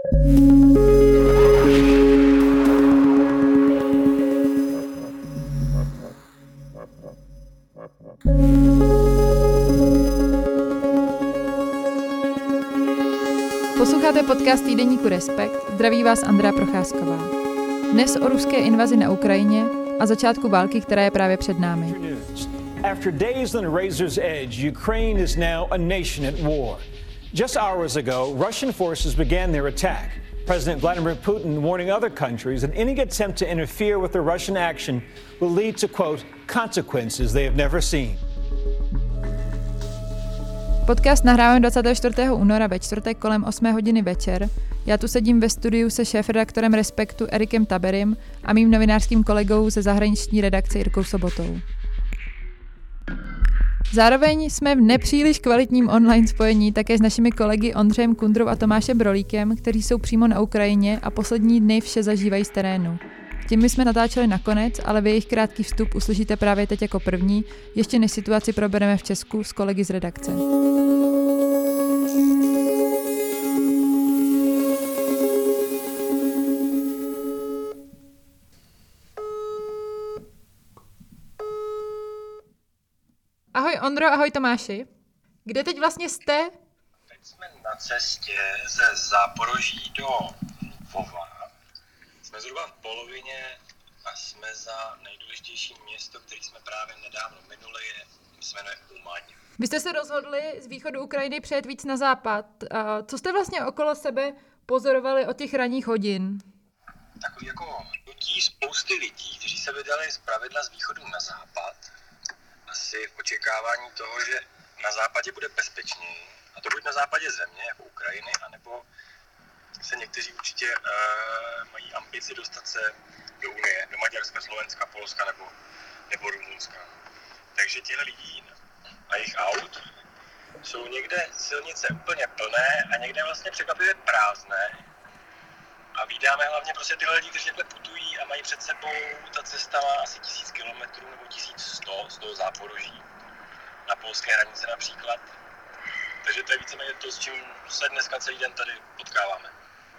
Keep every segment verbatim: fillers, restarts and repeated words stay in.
Posloucháte podcast týdeníku Respekt, zdraví vás Andrea Procházková. Dnes o ruské invazi na Ukrajině a začátku války, která je právě před námi. After days on the razor's edge, Ukraine is now a nation at war. Just hours ago, Russian forces began their attack. President Vladimir Putin warning other countries that any attempt to interfere with the Russian action will lead to, quote, consequences they have never seen. Podcast nahráváme dvacátého čtvrtého února ve čtvrtek kolem osmé hodiny večer. Já tu sedím ve studiu se šéfredaktorem Respektu Erikem Taberim a mým novinářským kolegou ze zahraniční redakce Jirkou Sobotou. Zároveň jsme v nepříliš kvalitním online spojení také s našimi kolegy Ondřejem Kundrou a Tomášem Brolíkem, kteří jsou přímo na Ukrajině a poslední dny vše zažívají z terénu. Tím my jsme natáčeli nakonec, ale vy jejich krátký vstup uslyšíte právě teď jako první, ještě než situaci probereme v Česku s kolegy z redakce. Ahoj Ondro, ahoj Tomáši. Kde teď vlastně jste? Teď jsme na cestě ze Záporoží do Lvova. Jsme zhruba v polovině a jsme za nejdůležitější město, které jsme právě nedávno minuli, se jmenuje Umaň. Vy jste se rozhodli z východu Ukrajiny přejet víc na západ. Co jste vlastně okolo sebe pozorovali od těch ranních hodin? Takový jako hnutí spousty lidí, kteří se vydali zpravidla z východu na západ. Asi v očekávání toho, že na západě bude bezpečněji. A to buď na západě země, jako Ukrajiny, anebo se někteří určitě uh, mají ambici dostat se do Unie, do Maďarska, Slovenska, Polska nebo, nebo Rumunska. Takže těchto lidí a jejich aut jsou někde silnice úplně plné a někde vlastně překvapivě prázdné. A vídáme hlavně prostě tyhle lidi, kteří takhle putují a mají před sebou, ta cesta má asi tisíc kilometrů nebo tisíc sto z toho Záporoží, na polské hranice například. Takže to je víceméně to, s čím se dneska celý den tady potkáváme.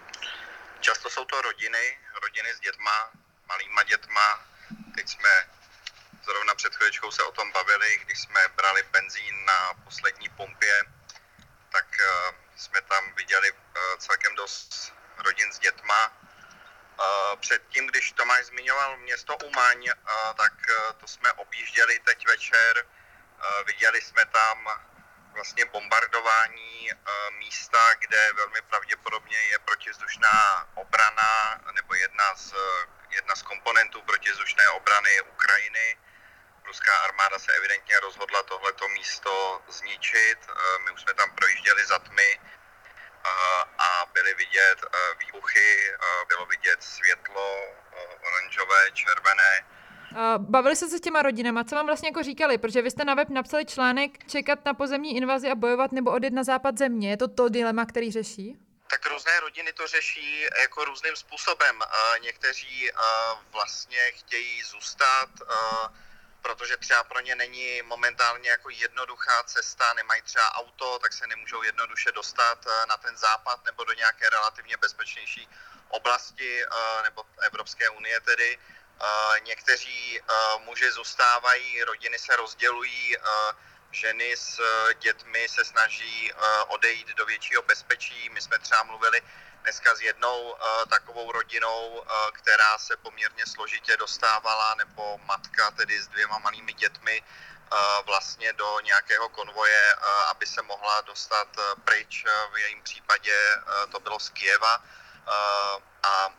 Často jsou to rodiny, rodiny s dětma, malýma dětma. Teď jsme zrovna před chvíličkou se o tom bavili, když jsme brali benzín na poslední pumpě, tak uh, jsme tam viděli uh, celkem dost rodin s dětma. Uh, předtím, když Tomáš zmiňoval město Umaň, uh, tak uh, to jsme objížděli teď večer. Uh, viděli jsme tam vlastně bombardování uh, místa, kde velmi pravděpodobně je protivzdušná obrana nebo jedna z, jedna z komponentů protivzdušné obrany Ukrajiny. Ruská armáda se evidentně rozhodla tohleto místo zničit. Uh, my už jsme tam projížděli za tmy uh, a byly vidět uh, výbuchy, uh, bylo vidět světlo uh, oranžové, červené. Bavili jste se s těma rodinama, co vám vlastně jako říkali, protože vy jste na web napsali článek čekat na pozemní invazi a bojovat nebo odjet na západ země. Je to to dilema, který řeší? Tak různé rodiny to řeší jako různým způsobem. Někteří vlastně chtějí zůstat, protože třeba pro ně není momentálně jako jednoduchá cesta, nemají třeba auto, tak se nemůžou jednoduše dostat na ten západ nebo do nějaké relativně bezpečnější oblasti nebo Evropské unie tedy. Uh, někteří uh, muži zůstávají, rodiny se rozdělují, uh, ženy s uh, dětmi se snaží uh, odejít do většího bezpečí. My jsme třeba mluvili dneska s jednou uh, takovou rodinou, uh, která se poměrně složitě dostávala, nebo matka tedy s dvěma malými dětmi uh, vlastně do nějakého konvoje, uh, aby se mohla dostat uh, pryč. Uh, v jejím případě uh, to bylo z Kyjeva uh, a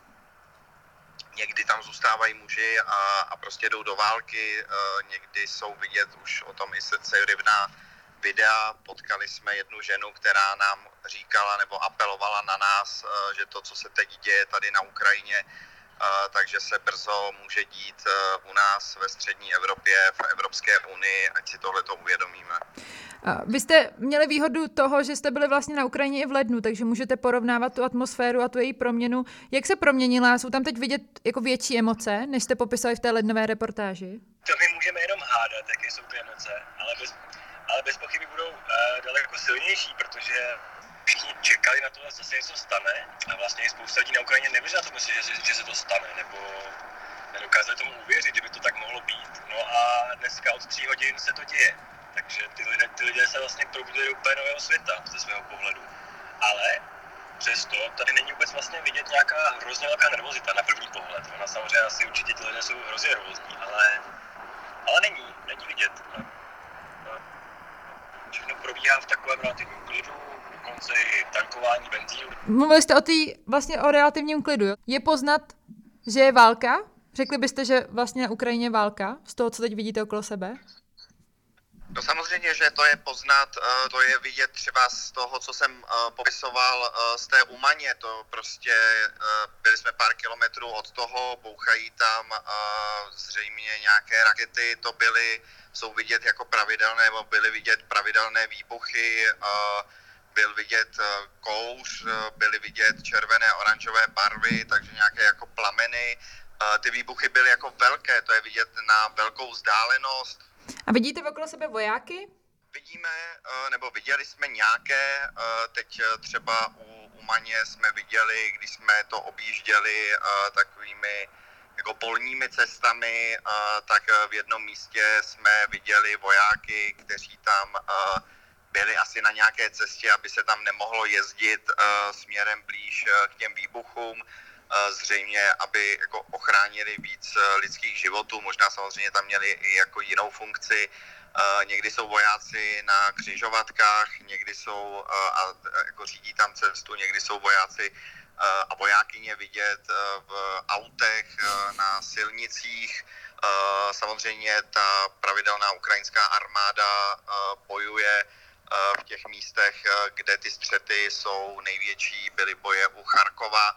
někdy tam zůstávají muži a, a prostě jdou do války, e, někdy jsou vidět už o tom i srdcerivná videa. Potkali jsme jednu ženu, která nám říkala nebo apelovala na nás, e, že to, co se teď děje tady na Ukrajině, e, takže se brzo může dít e, u nás ve střední Evropě, v Evropské unii, ať si tohleto uvědomíme. Vy jste měli výhodu toho, že jste byli vlastně na Ukrajině i v lednu, takže můžete porovnávat tu atmosféru a tu její proměnu. Jak se proměnila? Jsou tam teď vidět jako větší emoce, než jste popisali v té lednové reportáži? To my můžeme jenom hádat, jaké jsou ty emoce, ale bez, ale bez pochyby budou uh, daleko silnější, protože všichni čekali na to, že zase něco stane a vlastně spousta lidí na Ukrajině nevěřila tomu, že, že, že se to stane, nebo nedokázali tomu uvěřit, že by to tak mohlo být. No a dneska od tří hodin se to děje, takže ty lidé, ty lidé se vlastně probudili do úplně nového světa ze svého pohledu. Ale přesto tady není vůbec vlastně vidět nějaká hrozně velká nervozita na první pohled. Ona samozřejmě asi určitě ty lidé jsou hrozně nervózní, ale, ale není, není vidět. Všechno probíhá v takovém relativním klidu, dokonce i tankování benzínu. Mluvili jste o tý, vlastně o relativním klidu. Je poznat, že je válka? Řekli byste, že vlastně na Ukrajině je válka? Z toho, co teď vidíte okolo sebe? No samozřejmě, že to je poznat, to je vidět třeba z toho, co jsem popisoval z té Umaně, to prostě byli jsme pár kilometrů od toho, bouchají tam zřejmě nějaké rakety, to byly, jsou vidět jako pravidelné, nebo byly vidět pravidelné výbuchy, byl vidět kouř, byly vidět červené, oranžové barvy, takže nějaké jako plameny. Ty výbuchy byly jako velké, to je vidět na velkou vzdálenost. A vidíte okolo sebe vojáky? Vidíme, nebo viděli jsme nějaké, teď třeba u Umaně jsme viděli, když jsme to objížděli takovými jako polními cestami, tak v jednom místě jsme viděli vojáky, kteří tam byli asi na nějaké cestě, aby se tam nemohlo jezdit směrem blíž k těm výbuchům. Zřejmě, aby jako ochránili víc lidských životů, možná samozřejmě tam měli i jako jinou funkci. Někdy jsou vojáci na křižovatkách, někdy jsou a jako řídí tam cestu, někdy jsou vojáci a vojákyně vidět v autech, na silnicích. Samozřejmě ta pravidelná ukrajinská armáda bojuje v těch místech, kde ty střety jsou největší, byly boje u Charkova.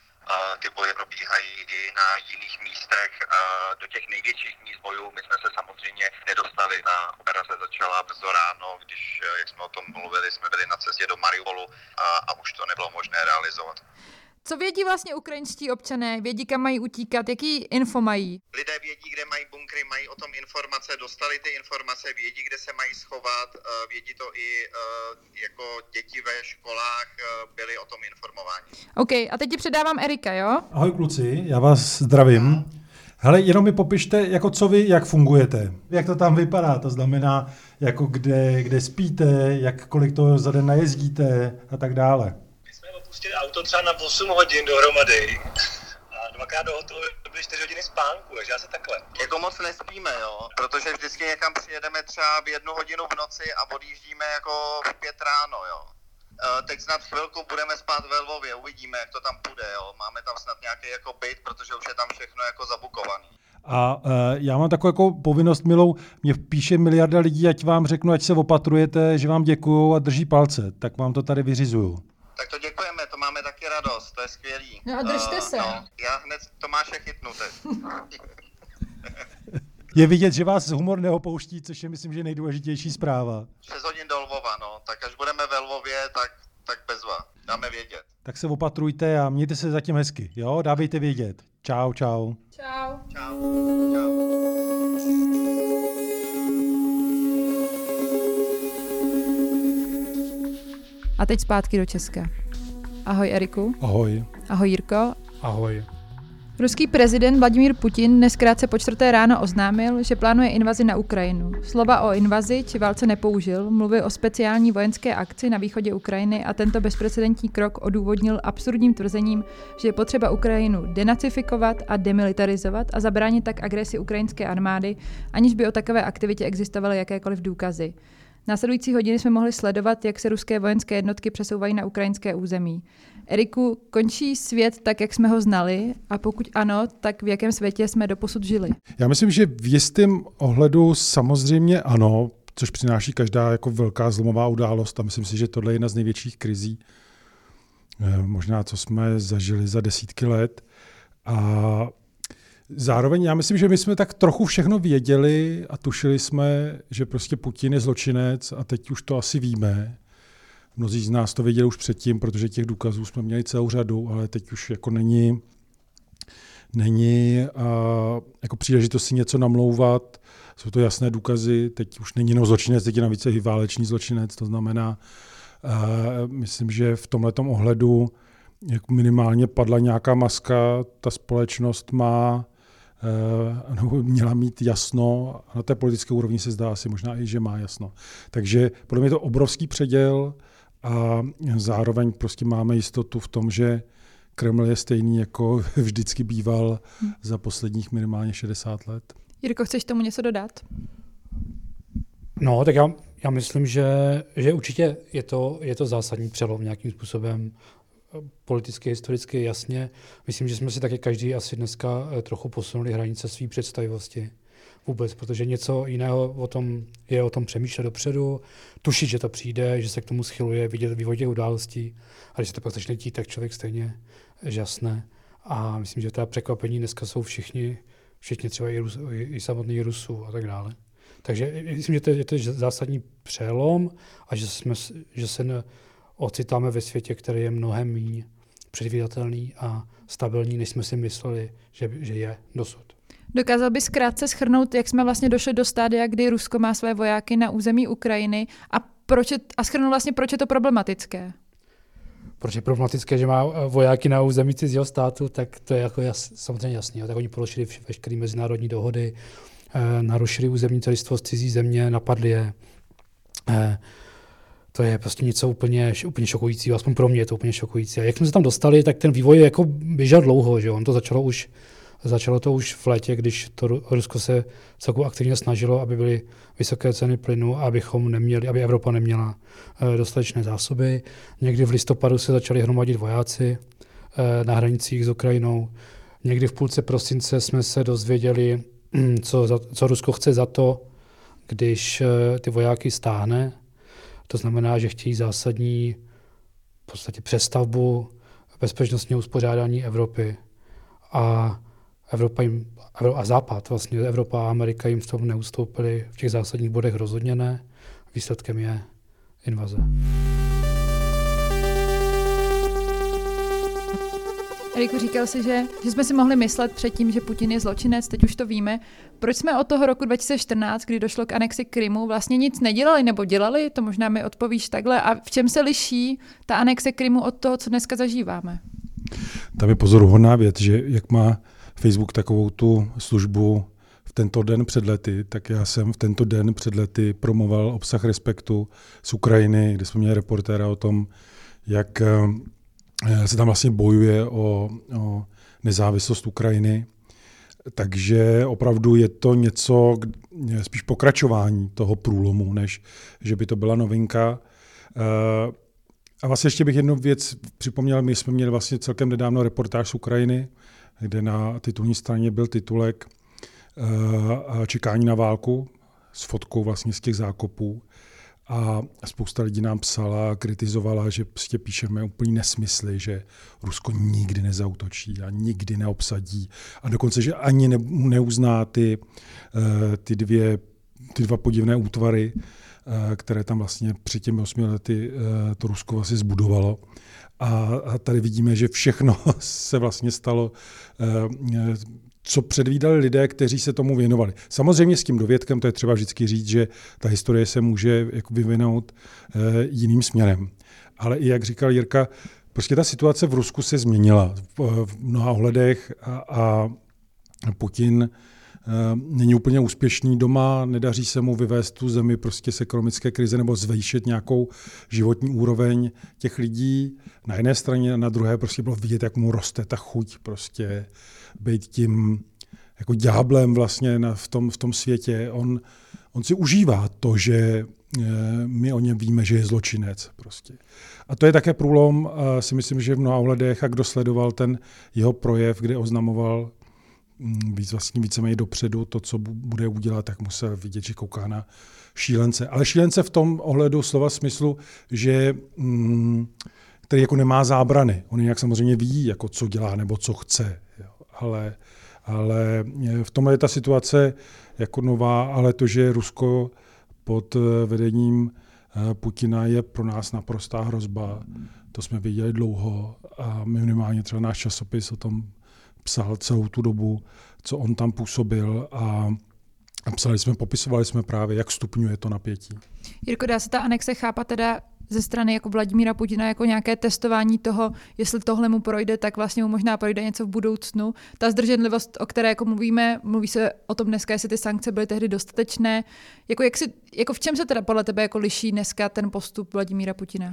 Ty boje probíhají i na jiných místech. Do těch největších míst bojů my jsme se samozřejmě nedostali. Na operace začala brzo ráno, když, jak jsme o tom mluvili, jsme byli na cestě do Mariupolu a, a už to nebylo možné realizovat. Co vědí vlastně ukrajinští občané? Vědí, kam mají utíkat? Jaký info mají? Lidé vědí, kde mají bunkry, mají o tom informace, dostali ty informace, vědí, kde se mají schovat, vědí to i jako děti ve školách, byli o tom informováni. OK, a teď ti předávám Erika, jo? Ahoj kluci, já vás zdravím. Hele, jenom mi popište, jako co vy, jak fungujete. Jak to tam vypadá, to znamená, jako kde, kde spíte, jak kolik toho za den najezdíte a tak dále. Pustili auto třeba na osm hodin dohromady a dvakrát do hotelu byly čtyři hodiny spánku, takže já se takhle. Jako moc nespíme, jo, protože vždycky někam přijedeme třeba v jednu hodinu v noci a odjíždíme jako v pět ráno, jo. Teď snad chvilku budeme spát ve Lvově, uvidíme, jak to tam půjde, jo. Máme tam snad nějaký jako byt, protože už je tam všechno jako zabukovaný. A uh, já mám takovou jako povinnost milou, mě píše miliarda lidí, ať vám řeknu, ať se opatrujete, že vám děkuju a drží palce, tak vám to tady vyřizuju. Tak to děkujeme, to máme taky radost, to je skvělý. No a držte uh, se. No, já hned Tomáše chytnu teď. Je vidět, že vás humor neopouští, což je myslím, že nejdůležitější zpráva. šest hodin do Lvova, no, tak až budeme ve Lvově, tak, tak bezva, dáme vědět. Tak se opatrujte a mějte se zatím hezky, jo, dávejte vědět. Čau, čau. Čau. Čau. Čau. A teď zpátky do Česka. Ahoj Eriku. Ahoj. Ahoj Jirko. Ahoj. Ruský prezident Vladimír Putin dnes krátce po čtvrté ráno oznámil, že plánuje invazi na Ukrajinu. Slova o invazi či válce nepoužil, mluvil o speciální vojenské akci na východě Ukrajiny a tento bezprecedentní krok odůvodnil absurdním tvrzením, že je potřeba Ukrajinu denacifikovat a demilitarizovat a zabránit tak agresi ukrajinské armády, aniž by o takové aktivitě existovaly jakékoliv důkazy. Následující hodiny jsme mohli sledovat, jak se ruské vojenské jednotky přesouvají na ukrajinské území. Eriku, končí svět tak, jak jsme ho znali? A pokud ano, tak v jakém světě jsme doposud žili? Já myslím, že v jistém ohledu samozřejmě ano, což přináší každá jako velká zlomová událost a myslím si, že tohle je jedna z největších krizí, možná co jsme zažili za desítky let. A zároveň já myslím, že my jsme tak trochu všechno věděli a tušili jsme, že prostě Putin je zločinec a teď už to asi víme. Mnozí z nás to věděli už předtím, protože těch důkazů jsme měli celou řadu, ale teď už jako není, není uh, jako příležitost si něco namlouvat. Jsou to jasné důkazy, teď už není jenom zločinec, teď je navíc i válečný zločinec, to znamená, Myslím, že v tomhletom ohledu jak minimálně padla nějaká maska, ta společnost má nebo měla mít jasno, na té politické úrovni se zdá asi možná i, že má jasno. Takže podle mě je to obrovský předěl a zároveň prostě máme jistotu v tom, že Kreml je stejný, jako vždycky býval hmm. za posledních minimálně šedesát let. Jirko, chceš tomu něco dodat? No, tak já, já myslím, že, že určitě je to, je to zásadní přelom nějakým způsobem politicky, historicky jasně. Myslím, že jsme si taky každý asi dneska trochu posunuli hranice své představivosti vůbec, protože něco jiného o tom je o tom přemýšlet dopředu, tušit, že to přijde, že se k tomu schyluje, vidět vývoj těch událostí, a když se to pak začne dít, tak člověk stejně žasne. A myslím, že teda překvapení dneska jsou všichni, všichni třeba i, Rus, i, i samotný Rusů a tak dále. Takže myslím, že to je, to je zásadní přelom a že, jsme, že se ne, ocitáme ve světě, který je mnohem méně předvídatelný a stabilní, než jsme si mysleli, že, že je dosud. Dokázal bys krátce shrnout, jak jsme vlastně došli do stádia, kdy Rusko má své vojáky na území Ukrajiny a, proč je, a shrnout vlastně, proč je to problematické? Proč je problematické, že má vojáky na území cizího státu, tak to je jako jas, samozřejmě jasný. Tak oni porušili veškeré mezinárodní dohody, eh, narušili územní celistvost cizí země, napadli je. Eh, To je prostě něco úplně, úplně šokujícího, aspoň pro mě je to úplně šokující. A jak jsme se tam dostali, tak ten vývoj jako běžel dlouho, že on to začalo už, začalo to už v létě, když to Rusko se celku aktivně snažilo, aby byly vysoké ceny plynu, abychom neměli, aby Evropa neměla dostatečné zásoby. Někdy v listopadu se začali hromadit vojáci na hranicích s Ukrajinou. Někdy v půlce prosince jsme se dozvěděli, co, za, co Rusko chce za to, když ty vojáky stáhne. To znamená, že chtějí zásadní v podstatě přestavbu bezpečnostního uspořádání Evropy. A Evropa jim, a Západ, vlastně Evropa a Amerika jim v tom neustoupili v těch zásadních bodech rozhodně ne. Výsledkem je invaze. Eriku, říkal jsi, že, že jsme si mohli myslet předtím, že Putin je zločinec, teď už to víme. Proč jsme od toho roku dva tisíce čtrnáct, kdy došlo k anexi Krymu, vlastně nic nedělali nebo dělali? To možná mi odpovíš takhle. A v čem se liší ta anexe Krymu od toho, co dneska zažíváme? Tam je pozoruhodná věc, že jak má Facebook takovou tu službu v tento den před lety, tak já jsem v tento den před lety promoval obsah Respektu z Ukrajiny, kde jsme měli reportéra o tom, jak se tam vlastně bojuje o, o nezávislost Ukrajiny. Takže opravdu je to něco, spíš pokračování toho průlomu, než že by to byla novinka. A vlastně ještě bych jednu věc připomněl, my jsme měli vlastně celkem nedávno reportáž z Ukrajiny, kde na titulní straně byl titulek Čekání na válku s fotkou vlastně z těch zákopů. A spousta lidí nám psala a kritizovala, že prostě píšeme úplně nesmysly, že Rusko nikdy nezautočí a nikdy neobsadí. A dokonce, že ani ne, neuzná ty, ty, dvě, ty dva podivné útvary, které tam vlastně před těmi osmi lety to Rusko vlastně zbudovalo. A tady vidíme, že všechno se vlastně stalo, co předvídali lidé, kteří se tomu věnovali. Samozřejmě s tím dovědkem, to je třeba vždycky říct, že ta historie se může jako vyvinout jiným směrem. Ale i jak říkal Jirka, prostě ta situace v Rusku se změnila v mnoha ohledech a, a Putin není úplně úspěšný doma, nedaří se mu vyvést tu zemi prostě z ekonomické krize nebo zvýšit nějakou životní úroveň těch lidí. Na jedné straně, na druhé prostě bylo vidět, jak mu roste ta chuť prostě být tím jako ďáblem vlastně na, v, tom, v tom světě. On, on si užívá to, že my o něm víme, že je zločinec prostě. A to je také průlom, si myslím, že v mnoha ohledech, a kdo sledoval ten jeho projev, kde oznamoval víc vlastně víceméně dopředu to, co bude udělat, tak musel vidět, že kouká na šílence. Ale šílence v tom ohledu slova smyslu, že mm, který jako nemá zábrany. On jinak samozřejmě ví, jako co dělá nebo co chce. Jo. Ale, ale v tomhle je ta situace jako nová, ale to, že Rusko pod vedením Putina je pro nás naprostá hrozba, to jsme věděli dlouho a minimálně třeba náš časopis o tom psal celou tu dobu, co on tam působil a, a psali jsme, popisovali jsme právě, jak stupňuje to napětí. Jirko, dá se ta anexe chápat teda ze strany jako Vladimíra Putina jako nějaké testování toho, jestli tohle mu projde, tak vlastně mu možná projde něco v budoucnu. Ta zdrženlivost, o které jako mluvíme, mluví se o tom dneska, jestli ty sankce byly tehdy dostatečné. Jako, jak si, jako v čem se teda podle tebe jako liší dneska ten postup Vladimíra Putina?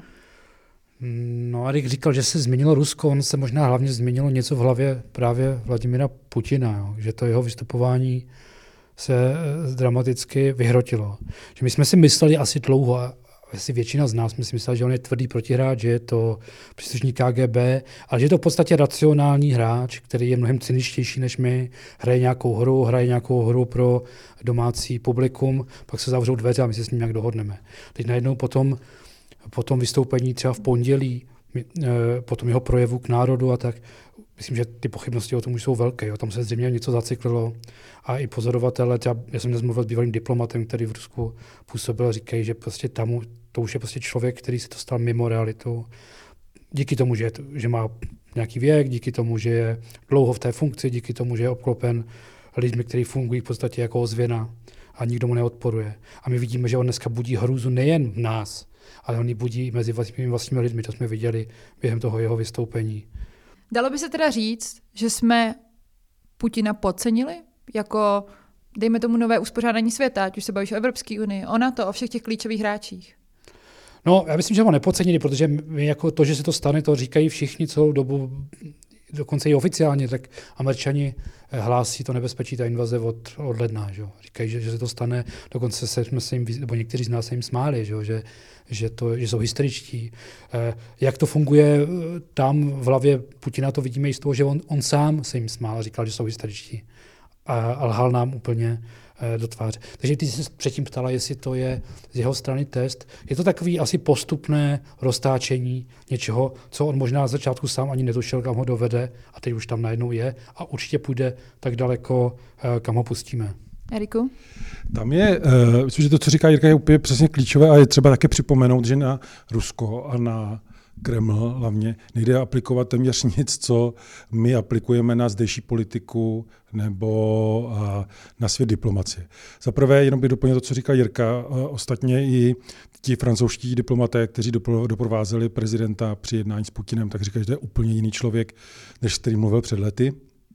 No a když říkal, že se změnilo Rusko, on se možná hlavně změnilo něco v hlavě právě Vladimíra Putina, jo? Že to jeho vystupování se dramaticky vyhrotilo. Že my jsme si mysleli asi dlouho, a asi většina z nás jsme si mysleli, že on je tvrdý protihráč, že je to příslušník K G B, ale že je to v podstatě racionální hráč, který je mnohem cyničtější než my, hraje nějakou hru, hraje nějakou hru pro domácí publikum, pak se zavřou dveře a my se s ním nějak dohodneme. Teď najednou potom, potom vystoupení třeba v pondělí, potom jeho projevu k národu a tak, myslím, že ty pochybnosti o tom už jsou velké. Jo. Tam se zřejmě něco zacyklilo a i pozorovatele, třeba, já jsem dnes mluvil s bývalým diplomatem, který v Rusku působil, říkají, že prostě tam to už je prostě člověk, který se dostal mimo realitu. Díky tomu, že, že má nějaký věk, díky tomu, že je dlouho v té funkci, díky tomu, že je obklopen lidmi, kteří fungují v podstatě jako ozvěna a nikdo mu neodporuje. A my vidíme, že on dneska budí hrůzu nejen v nás, ale on ji budí mezi vlastními, vlastními lidmi, to jsme viděli během toho jeho vystoupení. Dalo by se teda říct, že jsme Putina podcenili jako, dejme tomu, nové uspořádání světa, ať už se bavíš o Evropské unii, o NATO, o všech těch klíčových hráčích? No, já myslím, že ho nepodcenili, protože my jako to, že se to stane, to říkají všichni celou dobu, dokonce i oficiálně, tak Američani hlásí to nebezpečí, ta invaze od, od ledna. Že? Říkají, že, že se to stane, dokonce se jsme se jim, nebo někteří z nás se jim smáli, že, že, že, to, že jsou hysteričtí. Eh, jak to funguje tam v hlavě Putina, to vidíme i z toho, že on, on sám se jim smál a říkal, že jsou hysteričtí. A, a lhal nám úplně eh, do tváře. Takže ty jsi se předtím ptala, jestli to je z jeho strany test. Je to takový asi postupné roztáčení něčeho, co on možná na začátku sám ani netušil, kam ho dovede, a teď už tam najednou je a určitě půjde tak daleko, eh, kam ho pustíme. Eriku? Tam je, uh, myslím, že to, co říká Jirka, je úplně přesně klíčové a je třeba také připomenout, že na Rusko a na Kreml hlavně nejde aplikovat téměř nic, co my aplikujeme na zdejší politiku nebo uh, na svět diplomacie. Za prvé, jenom bych doplnil to, co říká Jirka, uh, ostatně i ti francouzští diplomaté, kteří dopro, doprovázeli prezidenta při jednání s Putinem, tak říkají, že to je úplně jiný člověk, než s kterým mluvil před lety.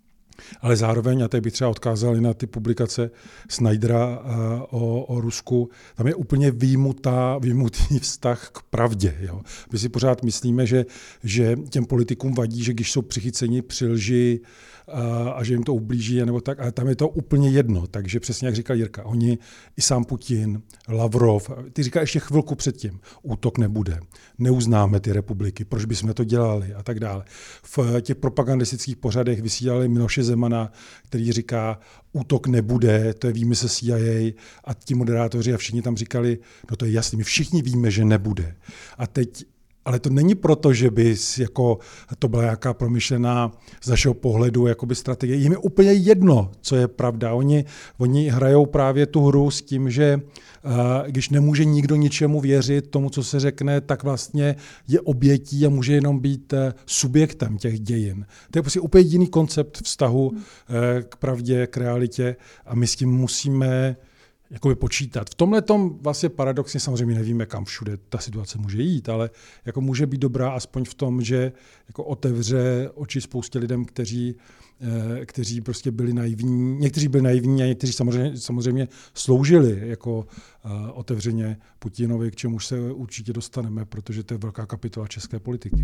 Ale zároveň, a tady bych třeba odkázal i na ty publikace Snydera o, o Rusku, tam je úplně výjimutá, výjimutý vztah k pravdě. Jo. My si pořád myslíme, že, že těm politikům vadí, že když jsou přichyceni při lži a, a že jim to ublíží, nebo tak, ale tam je to úplně jedno. Takže přesně jak říkal Jirka, oni, i sám Putin, Lavrov, ty říká ještě chvilku předtím, útok nebude, neuznáme ty republiky, proč bychom to dělali a tak dále. V těch propagandistických pořadech vysílali Miloše Zemana, který říká, útok nebude, to je výmysl C I A, a ti moderátoři a všichni tam říkali, no to je jasný, my všichni víme, že nebude. A teď, ale to není proto, že by jako, to byla nějaká promyšlená z našeho pohledu jakoby strategie. Jim je úplně jedno, co je pravda. Oni, oni hrajou právě tu hru s tím, že uh, když nemůže nikdo ničemu věřit, tomu, co se řekne, tak vlastně je obětí a může jenom být uh, subjektem těch dějin. To je prostě úplně jiný koncept vztahu uh, k pravdě, k realitě a my s tím musíme jakoby počítat. V tomhle tom vlastně paradoxně samozřejmě nevíme, kam všude ta situace může jít, ale jako může být dobrá aspoň v tom, že jako otevře oči spoustě lidem, kteří, kteří prostě byli naivní, někteří byli naivní a někteří samozřejmě, samozřejmě sloužili jako otevřeně Putinovi, k čemuž se určitě dostaneme, protože to je velká kapitola české politiky.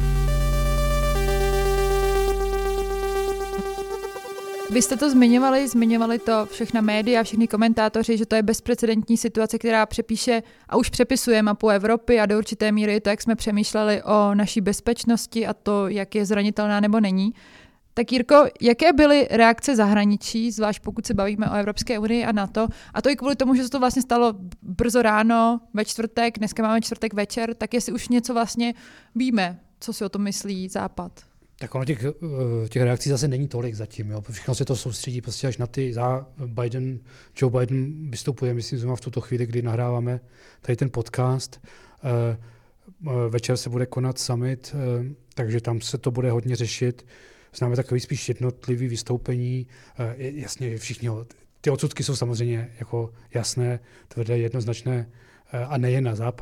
Vy jste to zmiňovali, zmiňovali to všechna média, všichni komentátoři, že to je bezprecedentní situace, která přepíše a už přepisuje mapu Evropy a do určité míry je to, jak jsme přemýšleli o naší bezpečnosti a to, jak je zranitelná nebo není. Tak Jirko, jaké byly reakce zahraničí, zvlášť pokud se bavíme o Evropské unii a NATO, a to i kvůli tomu, že se to vlastně stalo brzo ráno, ve čtvrtek, dneska máme čtvrtek večer, tak jestli už něco vlastně víme, co si o tom myslí Západ? Tak ono těch, těch reakcí zase není tolik zatím. Jo. Všechno se to soustředí prostě až na ty za Biden, Joe Biden vystupuje, myslím, že v tuto chvíli, kdy nahráváme tady ten podcast. Večer se bude konat summit, takže tam se to bude hodně řešit. Známe takový spíš jednotlivý vystoupení. Jasně, všichni, ty odsudky jsou samozřejmě jako jasné, tvrdé, jednoznačné a nejen na západě.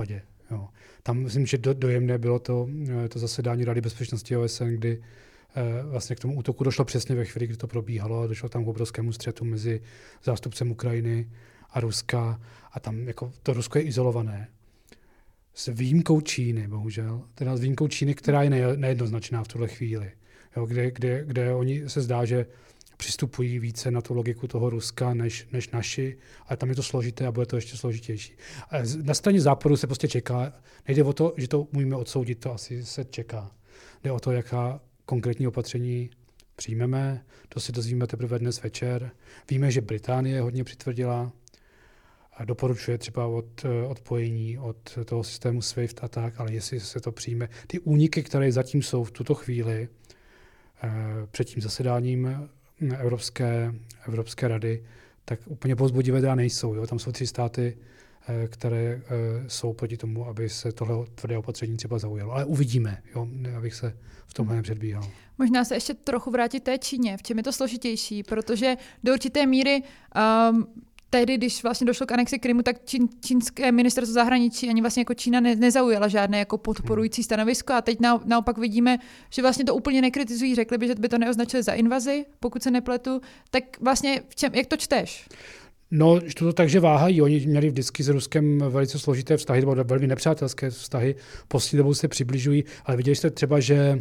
Jo. Tam myslím, že do, dojemné bylo to, to zasedání Rady bezpečnosti O S N, kdy eh, vlastně k tomu útoku došlo přesně ve chvíli, kdy to probíhalo a došlo tam k obrovskému střetu mezi zástupcem Ukrajiny a Ruska a tam jako to Rusko je izolované. S výjimkou Číny, bohužel. Teda s výjimkou Číny, která je nejednoznačná v tuhle chvíli. Jo, kde, kde, kde oni se zdá, že přistupují více na tu logiku toho Ruska než, než naši, ale tam je to složité a bude to ještě složitější. Na straně západu se prostě čeká, nejde o to, že to umíme odsoudit, to asi se čeká. Jde o to, jaká konkrétní opatření přijmeme, to si dozvíme teprve dnes večer. Víme, že Británie hodně přitvrdila a doporučuje třeba od odpojení od toho systému SWIFT a tak, ale jestli se to přijme. Ty úniky, které zatím jsou v tuto chvíli před tím zasedáním Evropské, Evropské rady, tak úplně povzbudivé teda nejsou. Jo? Tam jsou tři státy, které jsou proti tomu, aby se tohle tvrdé opatření třeba zaujalo. Ale uvidíme, jo? Abych se v tomhle nepředbíhal. Možná se ještě trochu vrátit té Číně. V čem je to složitější? Protože do určité míry um, tehdy, když vlastně došlo k anexi Krymu, tak čín, čínské ministerstvo zahraničí ani vlastně jako Čína ne, nezaujala žádné jako podporující stanovisko a teď na, naopak vidíme, že vlastně to úplně nekritizují, řekli by, že by to neoznačili za invazi, pokud se nepletu. Tak vlastně v čem, jak to čteš? No, to takže váhají. Oni měli vždycky s Ruskem velice složité vztahy, nebo velmi nepřátelské vztahy. Poslední dobou se přibližují, ale viděli jste třeba, že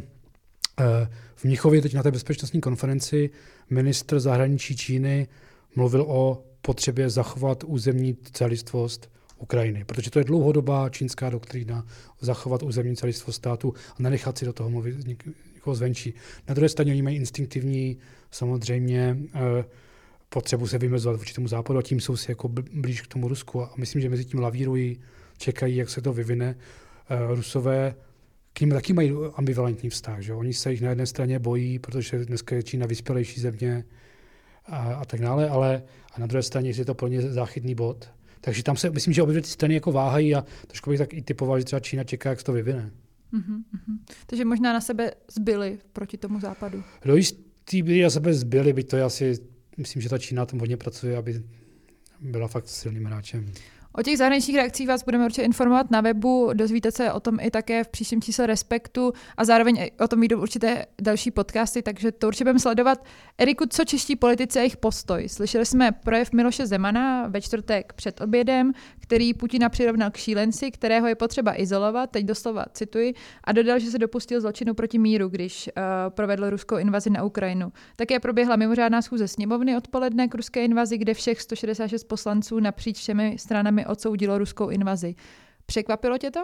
v Mnichově teď na té bezpečnostní konferenci ministr zahraničí Číny mluvil o potřebě zachovat územní celistvost Ukrajiny, protože to je dlouhodobá čínská doktrína zachovat územní celistvost státu a nenechat si do toho mluvit někoho zvenčí. Na druhé straně oni mají instinktivní samozřejmě potřebu se vymezovat vůči tomu západu a tím jsou si jako blíž k tomu Rusku a myslím, že mezi tím lavírují, čekají, jak se to vyvine. Rusové k ním taky mají ambivalentní vztah, že oni se jich na jedné straně bojí, protože dneska je Čína vyspělejší země, A, a tak dále, ale a na druhé straně je to pro ně záchytný bod. Takže tam se, myslím, že obě ty strany jako váhají a trošku bych tak i typoval, že třeba Čína čeká, jak se to vyvine. Mm-hmm, mm-hmm. Takže možná na sebe zbyli proti tomu západu. Do jistý by na sebe zbyli, byť to je asi, myslím, že ta Čína tam hodně pracuje, aby byla fakt silným hráčem. O těch zahraničních reakcích vás budeme určitě informovat na webu, dozvíte se o tom i také v příštím čísle Respektu a zároveň o tom vyjdou určité další podcasty, takže to určitě budeme sledovat. Eriku, co čeští politici a jejich postoj? Slyšeli jsme projev Miloše Zemana ve čtvrtek před obědem, který Putina přirovnal k šílenci, kterého je potřeba izolovat, teď doslova cituji, a dodal, že se dopustil zločinu proti míru, když uh, provedl ruskou invazi na Ukrajinu. Také proběhla mimořádná schůze sněmovny odpoledne k ruské invazi, kde všech sto šedesát šest poslanců napříč všemi stranami odsoudilo ruskou invazi. Překvapilo tě to?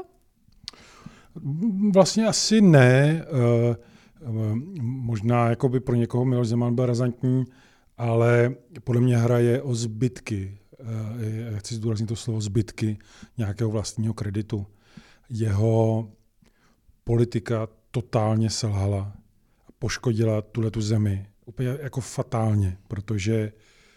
Vlastně asi ne. Možná jakoby pro někoho Miloš Zeman byl razantní, ale podle mě hraje o zbytky. Já chci zdůraznit to slovo zbytky nějakého vlastního kreditu. Jeho politika totálně selhala a poškodila tuhletu zemi. Úplně jako fatálně, protože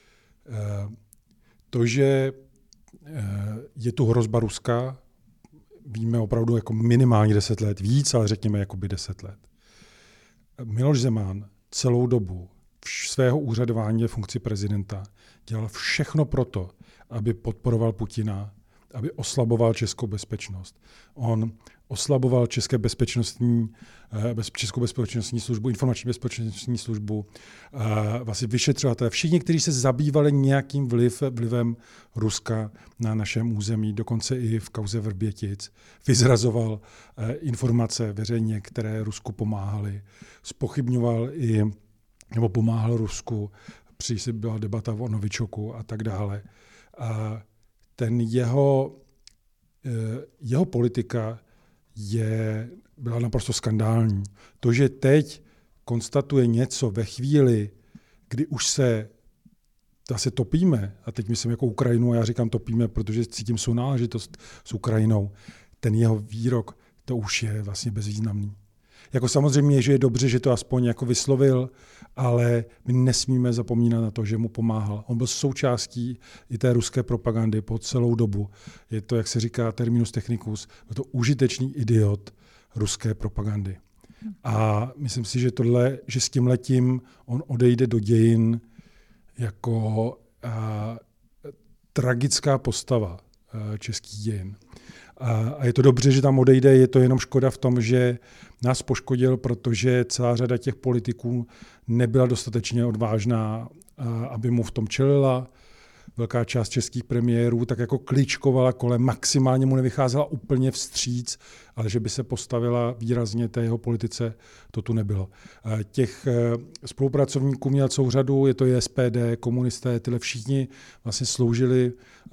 to, že je tu hrozba Ruska, víme opravdu jako minimálně deset let, víc, ale řekněme jakoby deset let. Miloš Zeman celou dobu svého úřadování ve funkci prezidenta dělal všechno proto, aby podporoval Putina, aby oslaboval českou bezpečnost. On oslaboval české bezpečnostní, českou bezpečnostní službu, informační bezpečnostní službu, vlastně vyšetřovatelé, všichni, kteří se zabývali nějakým vliv, vlivem Ruska na našem území, dokonce i v kauze Vrbětic, vyzrazoval informace veřejně, které Rusku pomáhaly, zpochybňoval i, nebo pomáhal Rusku, při byla debata o Novičoku a tak dále. A ten jeho, jeho politika je, byla naprosto skandální. To, že teď konstatuje něco ve chvíli, kdy už se zase topíme, a teď myslím jako Ukrajinu, a já říkám topíme, protože cítím sounáležitost s Ukrajinou, ten jeho výrok, to už je vlastně bezvýznamný. Jako samozřejmě, že je dobře, že to aspoň jako vyslovil, ale my nesmíme zapomínat na to, že mu pomáhal. On byl součástí i té ruské propagandy po celou dobu. Je to, jak se říká terminus technicus, je to užitečný idiot ruské propagandy. A myslím si, že, tohle, že s tím letím on odejde do dějin jako a, tragická postava a, českých dějin. A je to dobře, že tam odejde, je to jenom škoda v tom, že nás poškodil, protože celá řada těch politiků nebyla dostatečně odvážná, aby mu v tom čelila. Velká část českých premiérů tak jako kličkovala kolem, maximálně mu nevycházela úplně vstříc, ale že by se postavila výrazně té jeho politice, to tu nebylo. Těch spolupracovníků měl celou řadu, je to i S P D, komunisté, tyhle všichni vlastně sloužili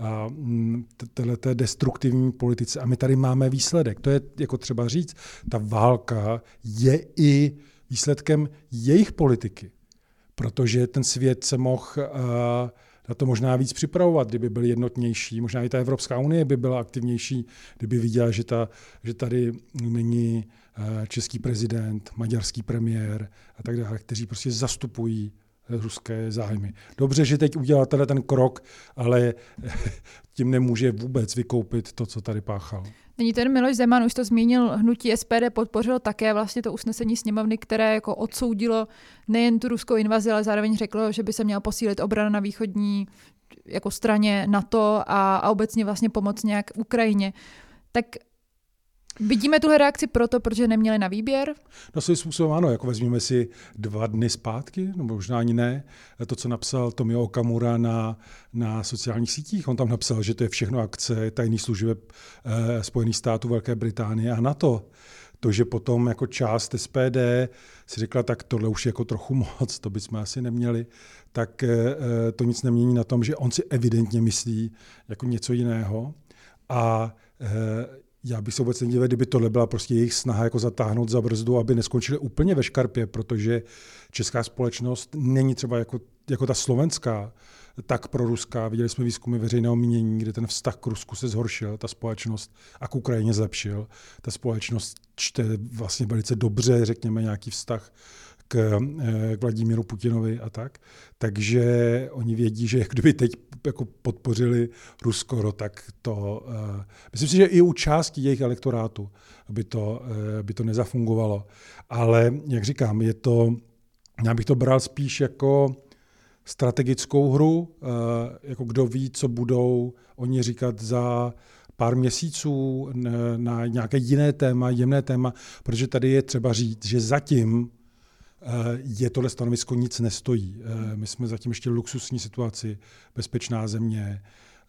téhleté destruktivní politice. A my tady máme výsledek. To je jako třeba říct, ta válka je i výsledkem jejich politiky, protože ten svět se mohl na to možná víc připravovat, kdyby byl jednotnější. Možná i ta Evropská unie by byla aktivnější, kdyby viděla, že, ta, že tady není český prezident, maďarský premiér a tak dále, kteří prostě zastupují ruské zájmy. Dobře, že teď udělal teda ten krok, ale tím nemůže vůbec vykoupit to, co tady páchal. Není ten Miloš Zeman, už to zmínil, hnutí S P D podpořil také vlastně to usnesení sněmovny, které jako odsoudilo nejen tu ruskou invazi, ale zároveň řeklo, že by se měla posílit obrana na východní jako straně NATO a, a obecně vlastně pomoct nějak Ukrajině. Tak vidíme tuhle reakci proto, protože neměli na výběr? No svým způsobem ano, jako vezměme si dva dny zpátky, no možná ani ne, to, co napsal Tomio Okamura na, na sociálních sítích. On tam napsal, že to je všechno akce tajných služeb eh, Spojených států, Velké Británie a NATO. To, že potom jako část S P D si řekla, tak tohle už je jako trochu moc, to bychom asi neměli, tak eh, to nic nemění na tom, že on si evidentně myslí jako něco jiného. A eh, já bych se vůbec nedivil, kdyby tohle byla prostě jejich snaha jako zatáhnout za brzdu, aby neskončili úplně ve škarpě, protože česká společnost není třeba jako, jako ta slovenská, tak pro ruská. Viděli jsme výzkumy veřejného mínění, kde ten vztah k Rusku se zhoršil, ta společnost a k Ukrajině zlepšil. Ta společnost čte vlastně velice dobře, řekněme, nějaký vztah k, k Vladimíru Putinovi a tak. Takže oni vědí, že kdyby teď jako podpořili Rusko, tak to, uh, myslím si, že i u části jejich elektorátu by to, uh, by to nezafungovalo. Ale jak říkám, je to, já bych to bral spíš jako strategickou hru, uh, jako kdo ví, co budou oni říkat za pár měsíců na nějaké jiné téma, jemné téma, protože tady je třeba říct, že zatím je tohle stanovisko nic nestojí. My jsme zatím ještě v luxusní situaci, bezpečná země,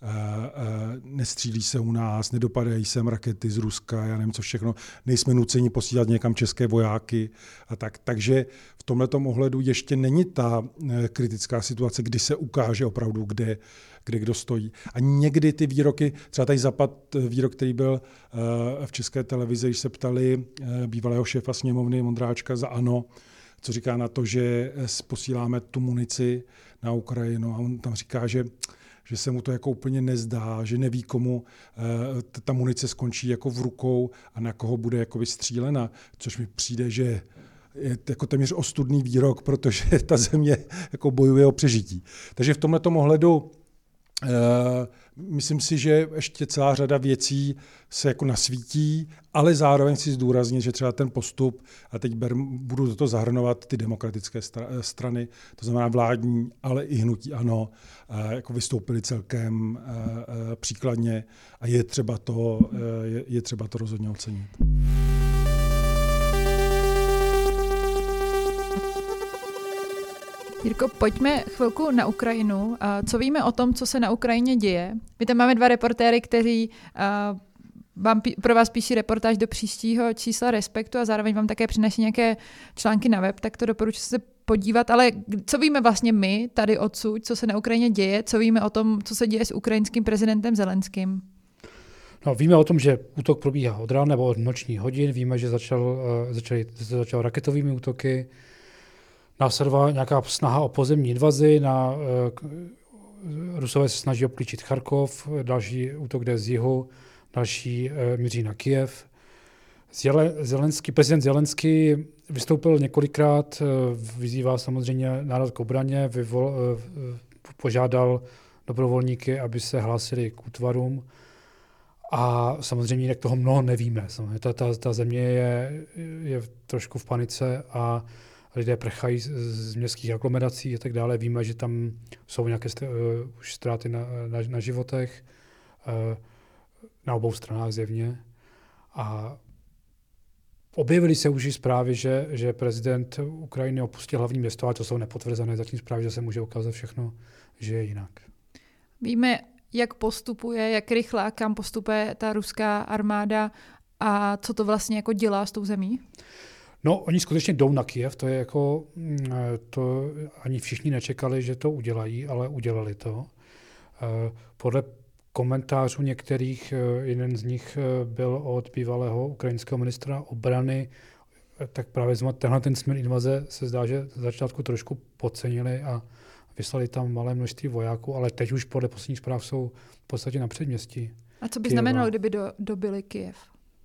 nestřílí se u nás, nedopadají sem rakety z Ruska, já nevím co všechno, nejsme nuceni posílat někam české vojáky a tak. Takže v tomhletom ohledu ještě není ta kritická situace, kdy se ukáže opravdu, kde, kde kdo stojí. A někdy ty výroky, třeba tady zapad výrok, který byl v České televizi, když se ptali bývalého šéfa sněmovny Vondráčka za ANO, co říká na to, že posíláme tu munici na Ukrajinu a on tam říká, že, že se mu to jako úplně nezdá, že neví, komu ta munice skončí jako v rukou a na koho bude jako vystřílena, což mi přijde, že je jako téměř ostudný výrok, protože ta země jako bojuje o přežití. Takže v tomhletom ohledu Uh, myslím si, že ještě celá řada věcí se jako nasvítí, ale zároveň si zdůraznit, že třeba ten postup, a teď ber, budu do toho zahrnovat ty demokratické stra- strany, to znamená vládní, ale i hnutí ANO, uh, jako vystoupili celkem uh, uh, příkladně a je třeba to, uh, je, je třeba to rozhodně ocenit. Jirko, pojďme chvilku na Ukrajinu. Co víme o tom, co se na Ukrajině děje? My tam máme dva reportéry, kteří vám, pro vás píší reportáž do příštího čísla Respektu a zároveň vám také přináší nějaké články na web, tak to doporučuji se podívat. Ale co víme vlastně my tady odsud, co se na Ukrajině děje? Co víme o tom, co se děje s ukrajinským prezidentem Zelenským? No, víme o tom, že útok probíhá od rána nebo od nočních hodin. Víme, že začal, začal, začal raketovými útoky. Následovala nějaká snaha o pozemní invazi, na, uh, Rusové se snaží obklíčit Charkov, další útok jde z jihu, další uh, míří na Kyjev. Zele, Zelenský, prezident Zelenský vystoupil několikrát, uh, vyzývá samozřejmě národ k obraně, vyvol, uh, požádal dobrovolníky, aby se hlásili k útvarům. A samozřejmě jinak toho mnoho nevíme. Ta, ta, ta země je, je trošku v panice a lidé prchají z, z městských aglomerací a tak dále. Víme, že tam jsou nějaké st- uh, už ztráty na, na, na životech. Uh, na obou stranách zjevně. A objevily se už i zprávy, že, že prezident Ukrajiny opustil hlavní město, ale to jsou nepotvrzené zatím zprávy, že se může ukázat všechno, že je jinak. Víme, jak postupuje, jak rychle a kam postupuje ta ruská armáda a co to vlastně jako dělá s tou zemí? No, oni skutečně jdou na Kyjev, to je jako, to ani všichni nečekali, že to udělají, ale udělali to. Podle komentářů některých, jeden z nich byl od bývalého ukrajinského ministra obrany, tak právě tenhle ten směr invaze se zdá, že z začátku trošku podcenili a vyslali tam malé množství vojáků, ale teď už podle posledních zpráv jsou v podstatě na předměstí. A co by Kyjeva. znamenalo, kdyby do, dobili Kyjev?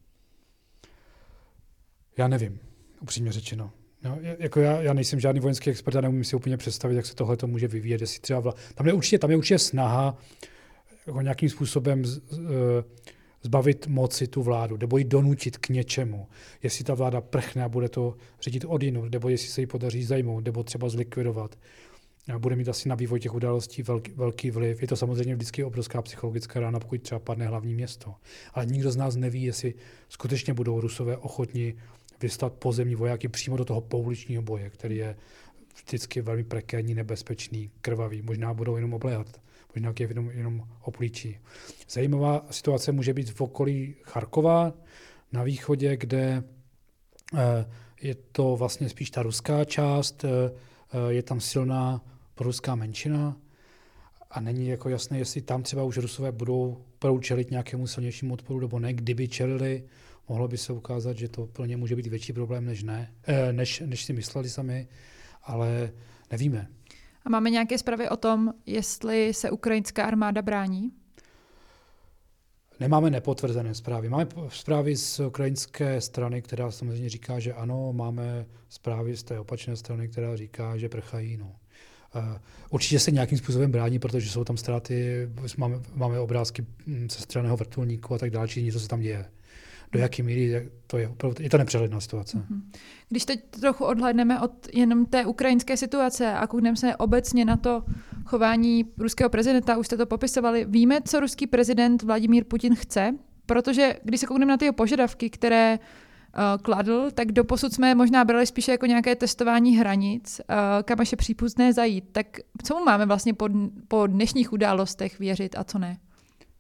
Já nevím, upřímně řečeno. No, jako já, já nejsem žádný vojenský expert a neumím si úplně představit, jak se tohle to může vyvíjet. Jestli třeba vla... tam, je určitě, tam je určitě snaha jako nějakým způsobem z, z, zbavit moci tu vládu, nebo ji donutit k něčemu. Jestli ta vláda prchne a bude to řídit odjinud, nebo jestli se jí podaří zajmout, nebo třeba zlikvidovat. A bude mít asi na vývoj těch událostí velký, velký vliv. Je to samozřejmě vždycky obrovská psychologická rána, pokud třeba padne hlavní město. Ale nikdo z nás neví, jestli skutečně budou Rusové ochotni vyslat pozemní vojáky přímo do toho pouličního boje, který je vždycky velmi prekérní, nebezpečný, krvavý. Možná budou jenom obléhat, možná je jenom, jenom oplíčí. Zajímavá situace může být v okolí Charkova na východě, kde je to vlastně spíš ta ruská část, je tam silná proruská menšina a není jako jasné, jestli tam třeba už Rusové budou opravdu čelit nějakému silnějšímu odporu nebo ne. Kdyby čelili, mohlo by se ukázat, že to pro ně může být větší problém než ne, než, než si mysleli sami, ale nevíme. A máme nějaké zprávy o tom, jestli se ukrajinská armáda brání? Nemáme nepotvrzené zprávy. Máme zprávy z ukrajinské strany, která samozřejmě říká, že ano, máme zprávy z té opačné strany, která říká, že prchají. No. Určitě se nějakým způsobem brání, protože jsou tam ztráty, máme, máme obrázky ze střelného vrtulníku a tak dále, či něco se tam děje. Do jaké míry to je opravdu, je to nepřehledná situace. Když teď trochu odhlédneme od jenom té ukrajinské situace a koukneme se obecně na to chování ruského prezidenta, už jste to popisovali, víme, co ruský prezident Vladimír Putin chce, protože když se koukneme na ty jeho požadavky, které uh, kladl, tak doposud jsme možná brali spíše jako nějaké testování hranic, uh, kam až je přípustné zajít. Tak co mu máme vlastně po, po dnešních událostech věřit a co ne?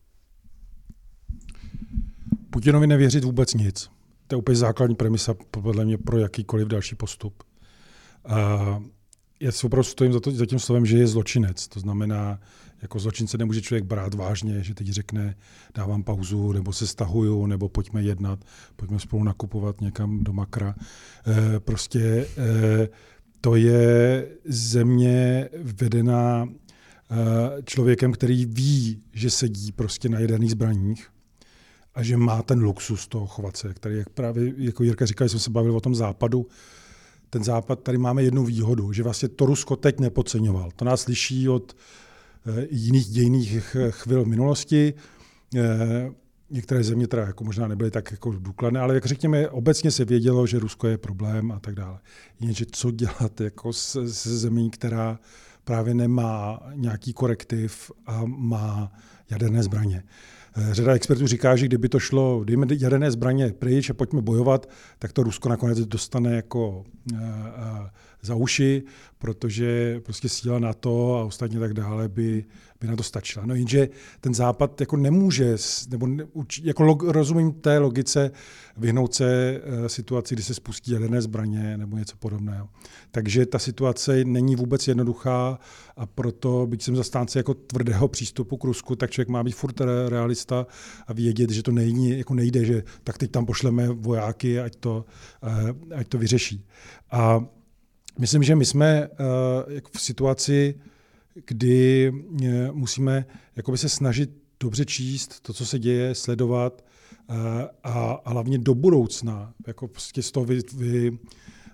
Putinovi nevěřit vůbec nic. To je úplně základní premisa podle mě pro jakýkoliv další postup. Uh, já si opravdu stojím za, to, za tím slovem, že je zločinec. To znamená, jako zločince nemůže člověk brát vážně, že teď řekne, dávám pauzu, nebo se stahuju, nebo pojďme jednat, pojďme spolu nakupovat někam do makra. Uh, prostě uh, to je země vedená uh, člověkem, který ví, že sedí prostě na jaderných zbraních, a že má ten luxus toho chovat se, který, jak právě jako Jirka říkal, jsme se bavili o tom západu, ten západ, tady máme jednu výhodu, že vlastně to Rusko teď nepodceňoval. To nás liší od e, jiných dějných chvil v minulosti. E, některé země teda jako možná nebyly tak jako důkladné, ale jak řekněme, obecně se vědělo, že Rusko je problém a tak dále. Jenže co dělat jako se, se zemí, která právě nemá nějaký korektiv a má jaderné zbraně. Řada expertů říká, že kdyby to šlo, dejme jaderné zbraně pryč a pojďme bojovat, tak to Rusko nakonec dostane jako uh, uh, za uši, protože prostě síla NATO a ostatně tak dále by, by na to stačila. No jenže ten Západ jako nemůže, nebo ne, jako log, rozumím té logice, vyhnout se uh, situaci, kdy se spustí jaderné zbraně nebo něco podobného. Takže ta situace není vůbec jednoduchá a proto, byť jsem zastánce jako tvrdého přístupu k Rusku, tak člověk má být furt realista a vědět, že to nejde, jako nejde, že tak teď tam pošleme vojáky, ať to, uh, ať to vyřeší. A myslím, že my jsme uh, v situaci, kdy uh, musíme jakoby se snažit dobře číst to, co se děje, sledovat uh, a, a hlavně do budoucna jako prostě z toho vy, vy, uh,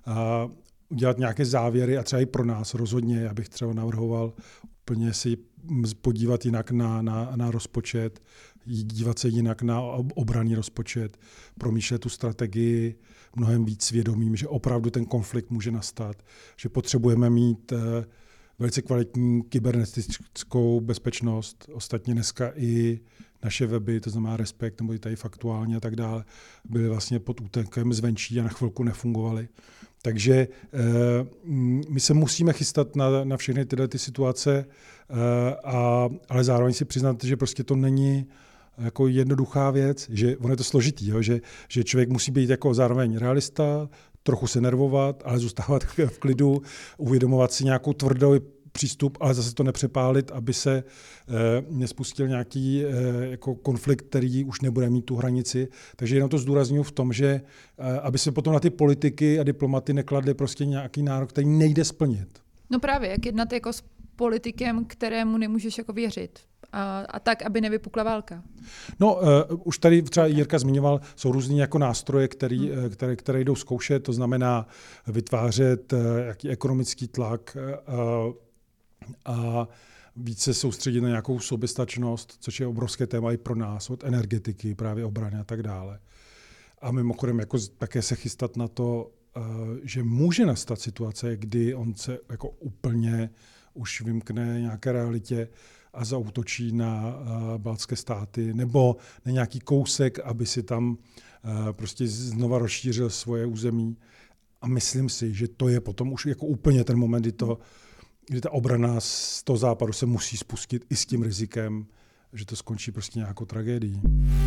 udělat nějaké závěry a třeba i pro nás rozhodně. Já bych třeba navrhoval úplně si podívat jinak na, na, na rozpočet, dívat se jinak na obranný rozpočet, promýšlet tu strategii mnohem víc svědomím, že opravdu ten konflikt může nastat, že potřebujeme mít velice kvalitní kybernetickou bezpečnost. Ostatně dneska i naše weby, to znamená Respekt nebo i tady Faktuálně a tak dále, byly vlastně pod útokem zvenčí a na chvilku nefungovaly. Takže my se musíme chystat na, na všechny tyhle ty situace, a, ale zároveň si přiznat, že prostě to není jako jednoduchá věc, že ono je to složitý, jo? Že, že člověk musí být jako zároveň realista, trochu se nervovat, ale zůstávat v klidu, uvědomovat si nějakou tvrdou přístup, ale zase to nepřepálit, aby se eh, nespustil nějaký eh, jako konflikt, který už nebude mít tu hranici. Takže jenom to zdůrazňuji v tom, že eh, aby se potom na ty politiky a diplomaty nekladly prostě nějaký nárok, který nejde splnit. No právě, jak jednat jako s politikem, kterému nemůžeš jako věřit. A, a tak, aby nevypukla válka. No, uh, už tady třeba Jirka zmiňoval, jsou různý jako nástroje, který, hmm. které, které jdou zkoušet, to znamená vytvářet uh, jaký ekonomický tlak uh, a více soustředit na nějakou soběstačnost, což je obrovské téma i pro nás, od energetiky, právě obrany a tak dále. A mimochodem jako také se chystat na to, uh, že může nastat situace, kdy on se jako úplně už vymkne nějaké realitě a zaútočí na uh, baltské státy, nebo na nějaký kousek, aby si tam uh, prostě znova rozšířil svoje území. A myslím si, že to je potom už jako úplně ten moment, kdy, to, kdy ta obrana z toho západu se musí spustit i s tím rizikem, že to skončí prostě nějakou tragédií.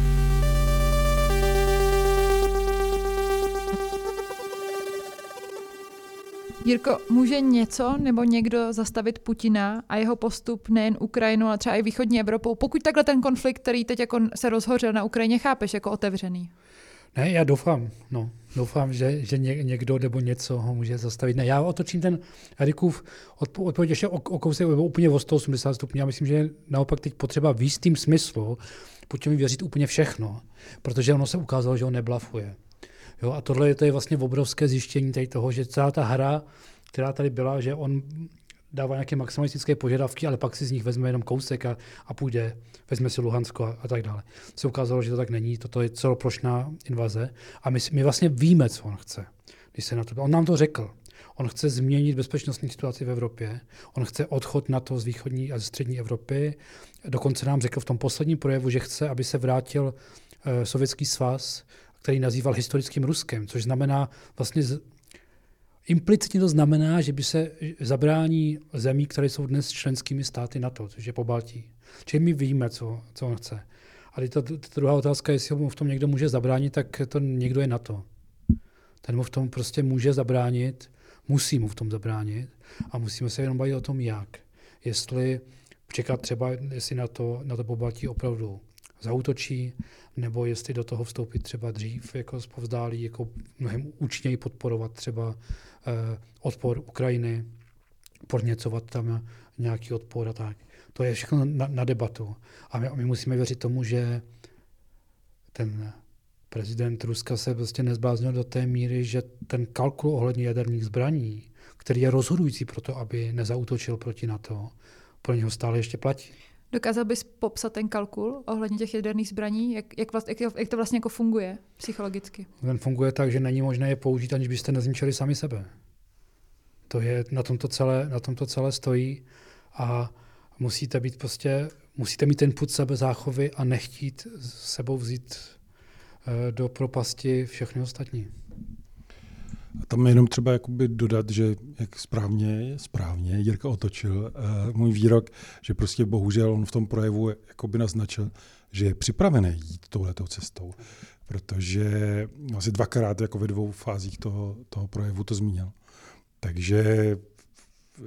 Jirko, může něco nebo někdo zastavit Putina a jeho postup nejen Ukrajinu, ale třeba i východní Evropou, pokud takhle ten konflikt, který teď jako se rozhořel na Ukrajině, chápeš jako otevřený? Ne, já doufám, no. Doufám, že, že někdo nebo něco ho může zastavit. Ne, já otočím ten Erikův odpověď ještě o, o kousek úplně o sto osmdesát stupňů. Já myslím, že je naopak teď potřeba v jistým smyslu Putinovi věřit úplně všechno, protože ono se ukázalo, že on neblafuje. Jo, a tohle je, to je vlastně obrovské zjištění tady toho, že celá ta hra, která tady byla, že on dává nějaké maximalistické požadavky, ale pak si z nich vezme jenom kousek a, a půjde, vezme si Luhansko a, a tak dále. Se ukázalo, že to tak není, toto je celoplošná invaze a my, my vlastně víme, co on chce. Když se na to, on nám to řekl. On chce změnit bezpečnostní situaci v Evropě, on chce odchod NATO z východní a ze střední Evropy. Dokonce nám řekl v tom posledním projevu, že chce, aby se vrátil uh, Sovětský svaz, který nazýval historickým Ruskem, což znamená vlastně z, implicitně to znamená, že by se zabrání zemí, které jsou dnes členskými státy NATO, což je Pobaltí. Čili my víme, co, co on chce. A ta, ta druhá otázka, jestli mu v tom někdo může zabránit, tak to někdo je NATO. Ten mu v tom prostě může zabránit, musí mu v tom zabránit a musíme se jenom bavit o tom, jak. Jestli čekat třeba, jestli na to, na to Pobaltí opravdu zaútočí, nebo jestli do toho vstoupit třeba dřív, jako zpovzdálí, jako mnohem účinněji podporovat třeba eh, odpor Ukrajiny, podněcovat tam nějaký odpor a tak. To je všechno na, na debatu. A my, my musíme věřit tomu, že ten prezident Ruska se prostě nezbláznil do té míry, že ten kalkul ohledně jaderných zbraní, který je rozhodující pro to, aby nezaútočil proti NATO, pro něho stále ještě platí. Dokázal bys popsat ten kalkul ohledně těch jaderných zbraní? Jak, jak, vlast, jak, jak to vlastně jako funguje psychologicky? Ten funguje tak, že není možné je použít, aniž byste nezničili sami sebe. To je, na tom to celé, na tom to celé stojí a musíte být prostě, musíte mít ten pud sebezáchovy a nechtít s sebou vzít do propasti všechny ostatní. A tam jenom třeba jakoby dodat, že jak správně, správně Jirka otočil uh, můj výrok, že prostě bohužel on v tom projevu jakoby naznačil, že je připravený jít touhletou cestou, protože asi dvakrát jako ve dvou fázích toho, toho projevu to zmínil. Takže uh,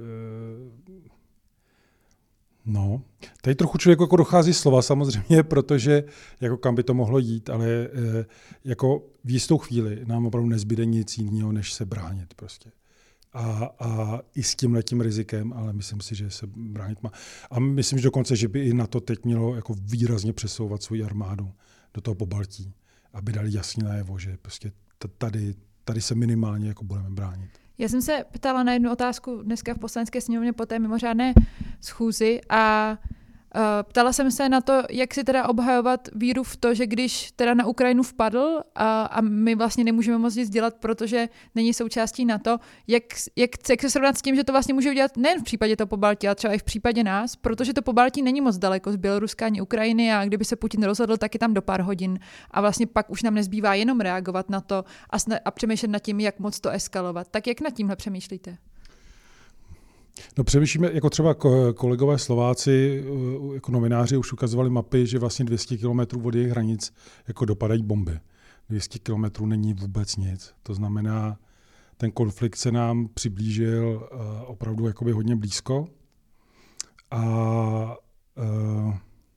no, tady trochu člověk jako dochází slova samozřejmě, protože jako kam by to mohlo jít, ale e, jako v jistou chvíli nám opravdu nezbyde nic jiného, než se bránit prostě. A, a i s tímhletím rizikem, ale myslím si, že se bránit má. A myslím, že dokonce, že by i na to teď mělo jako výrazně přesouvat svou armádu do toho Pobaltí, aby dali jasně najevo, že prostě tady, tady se minimálně jako budeme bránit. Já jsem se ptala na jednu otázku dneska v Poslanecké sněmovně po té mimořádné schůzi a Ptala jsem se na to, jak si teda obhajovat víru v to, že když teda na Ukrajinu vpadl a, a my vlastně nemůžeme moc nic dělat, protože není součástí NATO, jak, jak, jak se srovnat s tím, že to vlastně může udělat nejen v případě toho Pobaltí, ale třeba i v případě nás, protože to Pobaltí není moc daleko z Běloruska ani Ukrajiny a kdyby se Putin rozhodl, tak je tam do pár hodin a vlastně pak už nám nezbývá jenom reagovat na to a, sna- a přemýšlet nad tím, jak moc to eskalovat. Tak jak nad tímhle přemýšlíte? No přemýšlíme, jako třeba kolegové Slováci, jako novináři už ukazovali mapy, že vlastně dvě stě kilometrů od jejich hranic jako dopadají bomby. dvě stě kilometrů není vůbec nic. To znamená, ten konflikt se nám přiblížil uh, opravdu jakoby hodně blízko. A uh,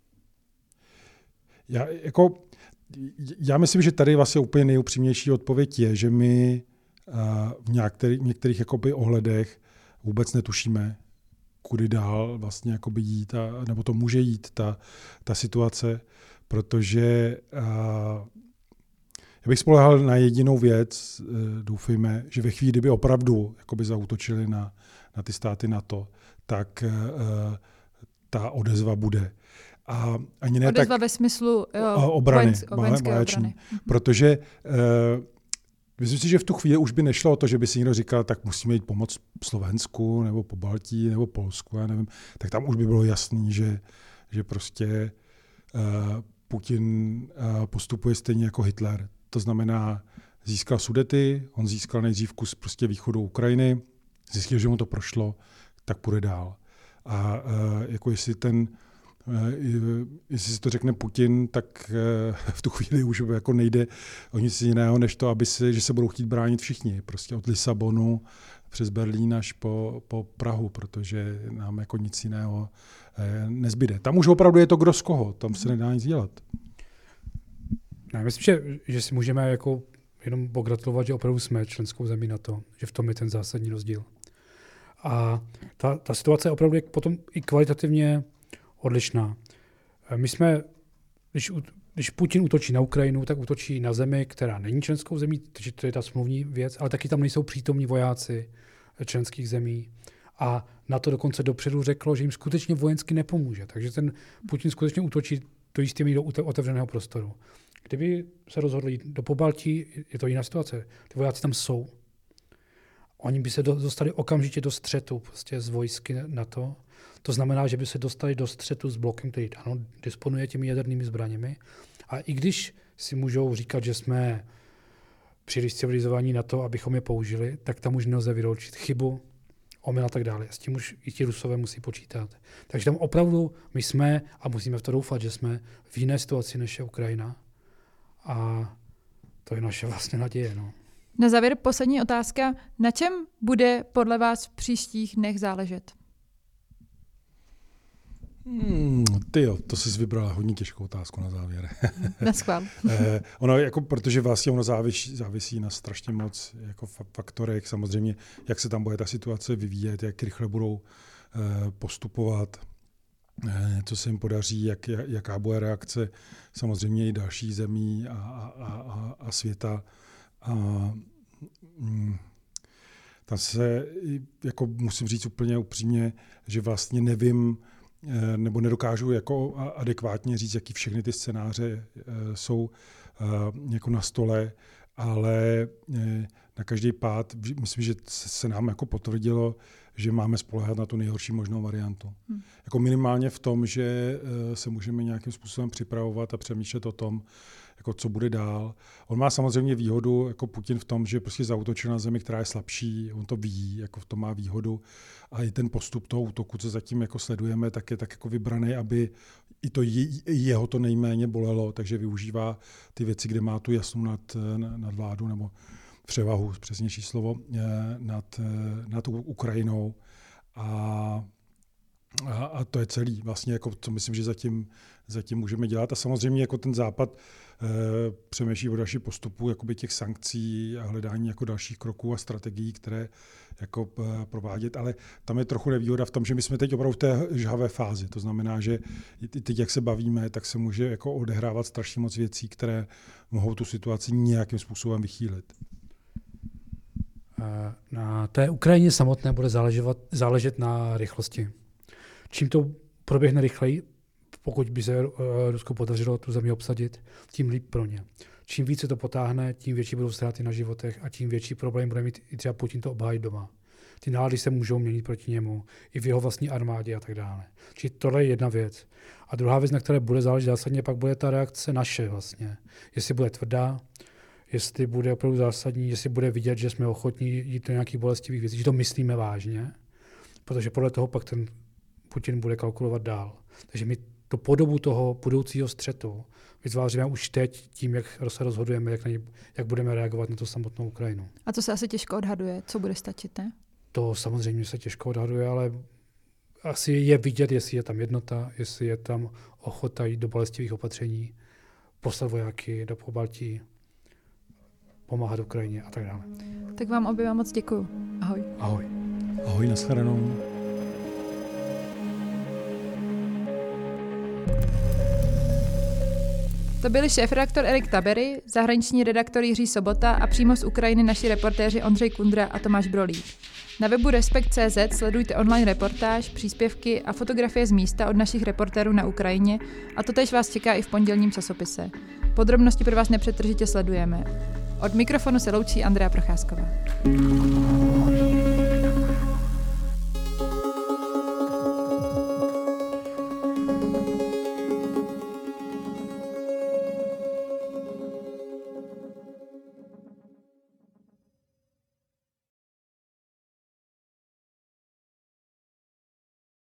já, jako, já myslím, že tady vlastně úplně nejupřímnější odpověď je, že my uh, v některých, některých jakoby ohledech vůbec netušíme, kudy dál vlastně jakoby jít, a, nebo to může jít ta, ta situace, protože uh, já bych spolehal na jedinou věc, uh, doufejme, že ve chvíli, kdyby opravdu jakoby zaútočili na, na ty státy NATO, tak uh, ta odezva bude. A ani ne odezva tak, ve smyslu jo, obrany, vojenské obrany. Protože uh, myslím si, že v tu chvíli už by nešlo o to, že by si někdo říkal, tak musíme jít pomoct Slovensku nebo Pobaltí nebo Polsku, já nevím. Tak tam už by bylo jasný, že, že prostě uh, Putin uh, postupuje stejně jako Hitler. To znamená, získal Sudety, on získal nejdřív kus prostě východu Ukrajiny, zjistil, že mu to prošlo, tak půjde dál. A uh, jako jestli ten jestli si to řekne Putin, tak v tu chvíli už jako nejde o nic jiného, než to, aby si, že se budou chtít bránit všichni. Prostě od Lisabonu přes Berlín až po, po Prahu, protože nám jako nic jiného nezbyde. Tam už opravdu je to kdo z koho, tam se nedá nic dělat. Já myslím, že, že si můžeme jako jenom pogratulovat, že opravdu jsme členskou zemí NATO, že v tom je ten zásadní rozdíl. A ta, ta situace je opravdu potom i kvalitativně odlišná. My jsme, když, když Putin útočí na Ukrajinu, tak útočí na zemi, která není členskou zemí, takže to je ta smluvní věc, ale taky tam nejsou přítomní vojáci členských zemí. A na to dokonce dopředu řeklo, že jim skutečně vojensky nepomůže. Takže ten Putin skutečně útočí do jisté míry do otevřeného prostoru. Kdyby se rozhodli jít do Pobaltí, je to jiná situace. Ty vojáci tam jsou. Oni by se dostali okamžitě do střetu prostě z vojsky NATO. To znamená, že by se dostali do střetu s blokem, který ano, disponuje těmi jadernými zbraněmi. A i když si můžou říkat, že jsme příliš civilizovaní na to, abychom je použili, tak tam už nelze vyloučit chybu, omyl a tak dále. S tím už i ti Rusové musí počítat. Takže tam opravdu my jsme, a musíme v to doufat, že jsme v jiné situaci než je Ukrajina. A to je naše vlastně naděje. No. Na závěr poslední otázka. Na čem bude podle vás v příštích dnech záležet? Hmm, tyjo, to jsi vybrala hodně těžkou otázku na závěr. Na schvál. eh, ono jako, protože vlastně ono závisí, závisí na strašně moc jako faktorech, samozřejmě, jak se tam bude ta situace vyvíjet, jak rychle budou eh, postupovat, eh, co se jim podaří, jak, jaká bude reakce samozřejmě i dalších zemí a, a, a, a světa. A, mm, tam se, jako musím říct úplně upřímně, že vlastně nevím, nebo nedokážu jako adekvátně říct, jaký všechny ty scénáře jsou jako na stole, ale na každý pád myslím, že se nám jako potvrdilo, že máme spoléhat na tu nejhorší možnou variantu. Hmm. Jako minimálně v tom, že se můžeme nějakým způsobem připravovat a přemýšlet o tom, jako co bude dál. On má samozřejmě výhodu, jako Putin v tom, že prostě zaútočil na zemi, která je slabší, on to ví, jako v tom má výhodu. A i ten postup toho útoku, co zatím jako sledujeme, tak je tak jako vybraný, aby i to jeho to nejméně bolelo, takže využívá ty věci, kde má tu jasnou nad, nad vládu nebo převahu, přesnější slovo, nad, nad Ukrajinou. A A, a to je celý, vlastně, jako, co myslím, že zatím, zatím můžeme dělat. A samozřejmě jako ten Západ e, přemýšlí o další postupu jakoby těch sankcí a hledání jako dalších kroků a strategií, které jako, e, provádět. Ale tam je trochu nevýhoda v tom, že my jsme teď opravdu v té žhavé fázi. To znamená, že teď, jak se bavíme, tak se může jako odehrávat strašně moc věcí, které mohou tu situaci nějakým způsobem vychýlit. Na té Ukrajině samotné bude záležet, záležet na rychlosti. Čím to proběhne rychleji, pokud by se Rusku podařilo tu zemi obsadit, tím líp pro ně. Čím více to potáhne, tím větší budou ztráty na životech a tím větší problém bude mít i třeba Putin to obhájit doma. Ty nálady se můžou měnit proti němu, i v jeho vlastní armádě a tak dále. Čili tohle je jedna věc. A druhá věc, na které bude záležet zásadně, pak bude ta reakce naše vlastně. Jestli bude tvrdá, jestli bude opravdu zásadní, jestli bude vidět, že jsme ochotní jít do nějakých bolestivých věcí, že to myslíme vážně, protože podle toho pak ten Putin bude kalkulovat dál. Takže my tu podobu toho budoucího střetu vytváříme už teď tím, jak se rozhodujeme, jak, na ně, jak budeme reagovat na tu samotnou Ukrajinu. A to se asi těžko odhaduje, co bude stačit, ne? To samozřejmě se těžko odhaduje, ale asi je vidět, jestli je tam jednota, jestli je tam ochota jít do bolestivých opatření, poslat vojáky do Pobaltí, pomáhat Ukrajině a tak dále. Tak vám oběma moc děkuju. Ahoj. Ahoj. Ahoj, nashledanou. To byli šéfredaktor Erik Tabery, zahraniční redaktor Jiří Sobota a přímo z Ukrajiny naši reportéři Ondřej Kundra a Tomáš Brolík. Na webu respekt tečka cé zet sledujte online reportáž, příspěvky a fotografie z místa od našich reportérů na Ukrajině a to též vás čeká i v pondělním časopise. Podrobnosti pro vás nepřetržitě sledujeme. Od mikrofonu se loučí Andrea Procházková.